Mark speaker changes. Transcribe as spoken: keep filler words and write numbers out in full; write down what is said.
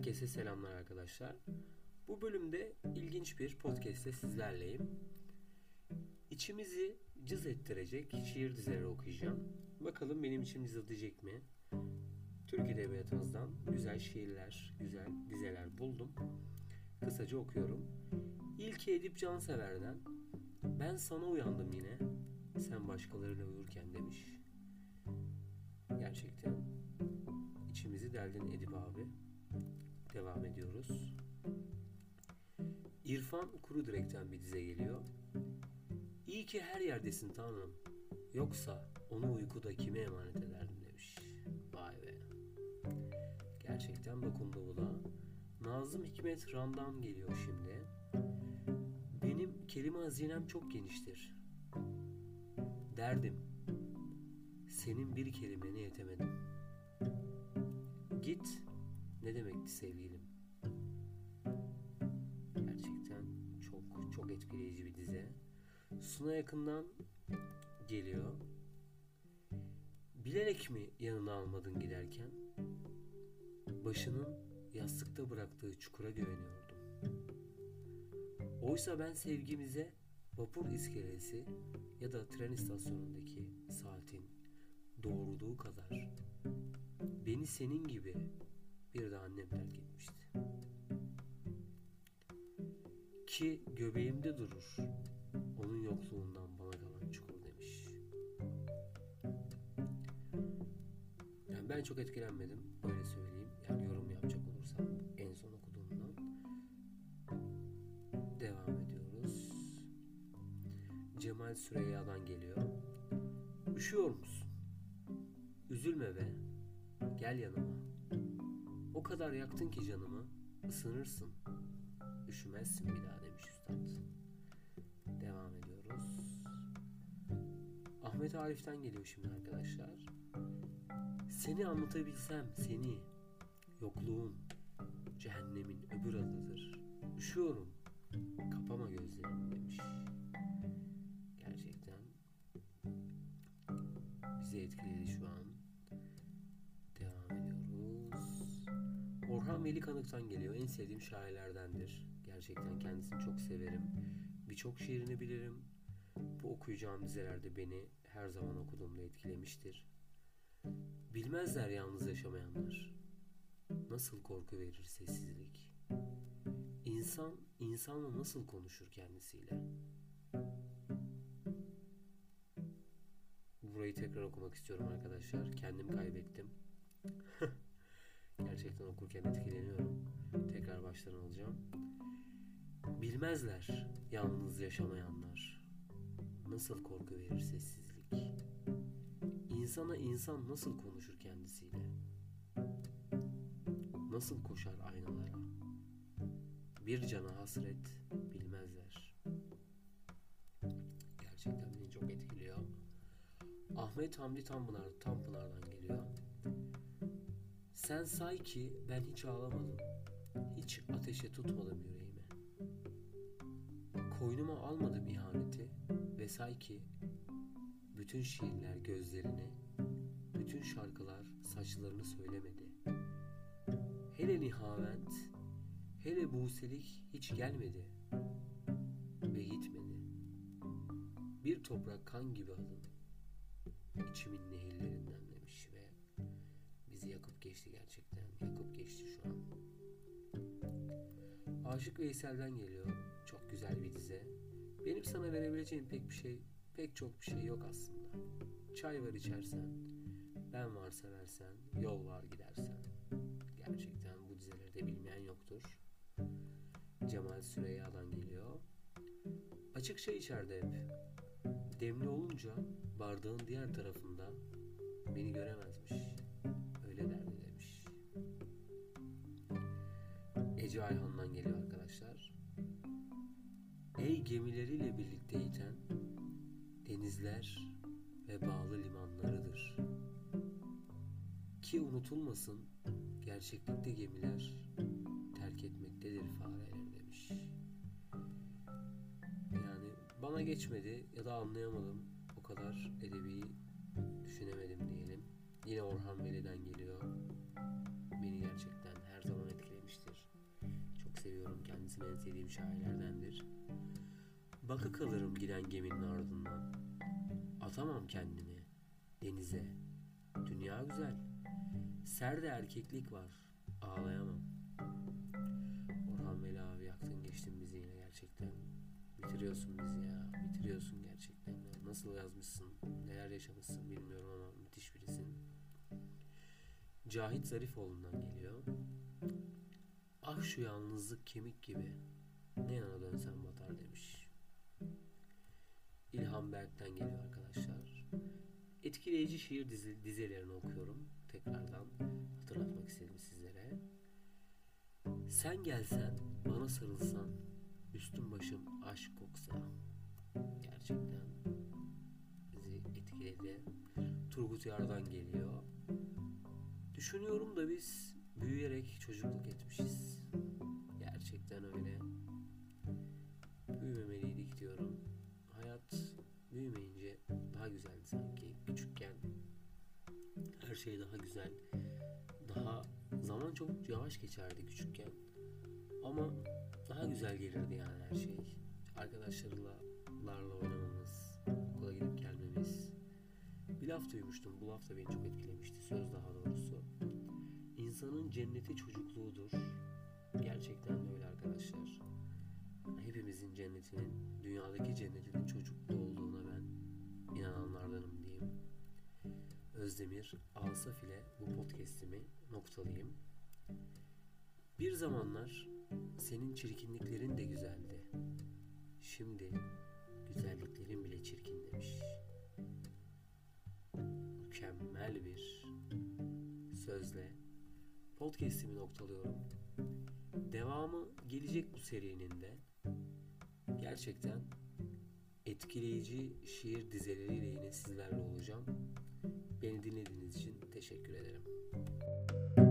Speaker 1: Herkese selamlar arkadaşlar. Bu bölümde ilginç bir podcast'te sizlerleyim. İçimizi cız ettirecek şiir dizeleri okuyacağım. Bakalım benim içim cızıldayacak mı? Türk Edebiyatımızdan güzel şiirler, güzel dizeler buldum. Kısaca okuyorum. İlki Edip Cansever'den "Ben sana uyandım yine, sen başkalarıyla uyurken" demiş. Gerçekten içimizi deldin Edip abi. Devam ediyoruz. İrfan Kurudirek'ten bir dize geliyor. İyi ki her yerdesin Tanrım, yoksa onu uykuda kime emanet ederdim demiş. Vay be. Gerçekten dokundu bu da. Nazım Hikmet Ran'dan geliyor şimdi. Benim kelime hazinem çok geniştir. Derdim, senin bir kelimene yetemedim. Git ne demekti sevgilim? Gerçekten çok çok etkileyici bir dize. Suna Yakın'dan geliyor. Bilerek mi yanına almadın giderken? Başının yastıkta bıraktığı çukura güveniyordum. Oysa ben sevgimize vapur iskelesi ya da tren istasyonundaki saatin doğurduğu kadar beni senin gibi bir de annem terk etmişti. Ki göbeğimde durur onun yokluğundan bana kalan çukur demiş. Yani ben çok etkilenmedim, böyle söyleyeyim. Yani yorum yapacak olursam en son okuduğumdan. Devam ediyoruz. Cemal Süreyya'dan geliyor. Üşüyor musun? Üzülme be. Gel yanıma. O kadar yaktın ki canımı, ısınırsın. Üşümezsin bir daha demiş üstad. Devam ediyoruz. Ahmet Arif'ten geliyor şimdi arkadaşlar. Seni anlatabilsem seni, yokluğun cehennemin öbür adıdır. Üşüyorum, kapama gözlerimi demiş. Gerçekten bizi etkiledi şu an. Devam ediyoruz. Orhan Veli Kanık'tan geliyor. En sevdiğim şairlerdendir. Gerçekten kendisini çok severim. Birçok şiirini bilirim. Bu okuyacağım dizelerde beni her zaman okuduğumda etkilemiştir. Bilmezler yalnız yaşamayanlar. Nasıl korku verir sessizlik. İnsan, insanla nasıl konuşur kendisiyle? Burayı tekrar okumak istiyorum arkadaşlar. Kendimi kaybettim. Gerçekten okurken etkileniyorum. Tekrar baştan alacağım. Bilmezler yalnız yaşamayanlar. Nasıl korku verir sessizlik. İnsana insan nasıl konuşur kendisiyle? Nasıl koşar aynalara? Bir cana hasret bilmezler. Gerçekten beni çok etkiliyor. Ahmet Hamdi Tanpınar, Tanpınar'dan geliyor. Sen say ki ben hiç ağlamadım. Hiç ateşe tutmadım yüreğimi. Koynuma almadım ihaneti ve say ki bütün şiirler gözlerini, bütün şarkılar saçlarını söylemedi. Hele nihavent, hele buselik hiç gelmedi ve gitmedi. Bir toprak kan gibi alın, içimin nehirlerinden demiş ve bizi yakıp geçti gerçekten. Yakıp geçti şu an. Aşık Veysel'den geliyor. Çok güzel bir dize. Benim sana verebileceğim pek bir şey, pek çok bir şey yok aslında. Çay var içersen, ben var seversen, yol var gidersen. Gerçekten bu dizeleri de bilmeyen yoktur. Cemal Süreyya'dan geliyor. Açık çay içeride hep. Demli olunca bardağın diğer tarafında beni göremezmiş. Öyle derdi demiş. Ece Ayhan'dan geliyor arkadaşlar. Ey gemileriyle birlikte iten denizler ve bağlı limanlarıdır. Ki unutulmasın gerçeklikte gemiler terk etmektedir fareler demiş. Yani bana geçmedi ya da anlayamadım. O kadar edebi düşünemedim diyelim. Yine Orhan Veli'den geliyor. Beni gerçekten her zaman etkilemiştir. Yasin en sevdiğim şairlerdendir. Baka kalırım giden geminin ardından. Atamam kendimi denize. Dünya güzel. Serde erkeklik var. Ağlayamam. Orhan Veli abi, yaktın geçtin bizi yine gerçekten. Bitiriyorsun bizi ya. Bitiriyorsun gerçekten. Nasıl yazmışsın? Neler yaşamışsın bilmiyorum ama müthiş birisin. Cahit Zarifoğlu'ndan geliyor. Ah şu yalnızlık kemik gibi. Ne yana dönsem batar demiş. İlhan Berk'ten geliyor arkadaşlar. Etkileyici şiir dizi, dizelerini okuyorum. Tekrardan hatırlatmak istedim sizlere. Sen gelsen, bana sarılsan, üstüm başım aşk koksa. Gerçekten bizi etkiledi. Turgut Yar'dan geliyor. Düşünüyorum da biz büyüyerek çocukluk etmişiz. Gerçekten öyle. Büyümemeliydik diyorum. Hayat büyümeyince daha güzeldi sanki. Küçükken her şey daha güzel. Daha zaman çok yavaş geçerdi küçükken. Ama daha güzel gelirdi yani her şey. Arkadaşlarla larla oynamamız, okula gidip gelmemiz. Bir laf duymuştum. Bu laf da beni çok etkilemişti. Söz daha doğrusu. İnsanın cenneti çocukluğudur. Gerçekten de öyle arkadaşlar. Hepimizin cennetinin, dünyadaki cennetinin çocukluğu olduğuna ben inananlardanım diyeyim. Özdemir Asaf ile bu podcast'imi noktalayayım. Bir zamanlar senin çirkinliklerin de güzeldi. Şimdi güzelliklerin bile çirkin demiş. Mükemmel bir sözle podcast'imi noktalıyorum. Devamı gelecek bu serinin de. Gerçekten etkileyici şiir dizeleriyle yine sizlerle olacağım. Beni dinlediğiniz için teşekkür ederim.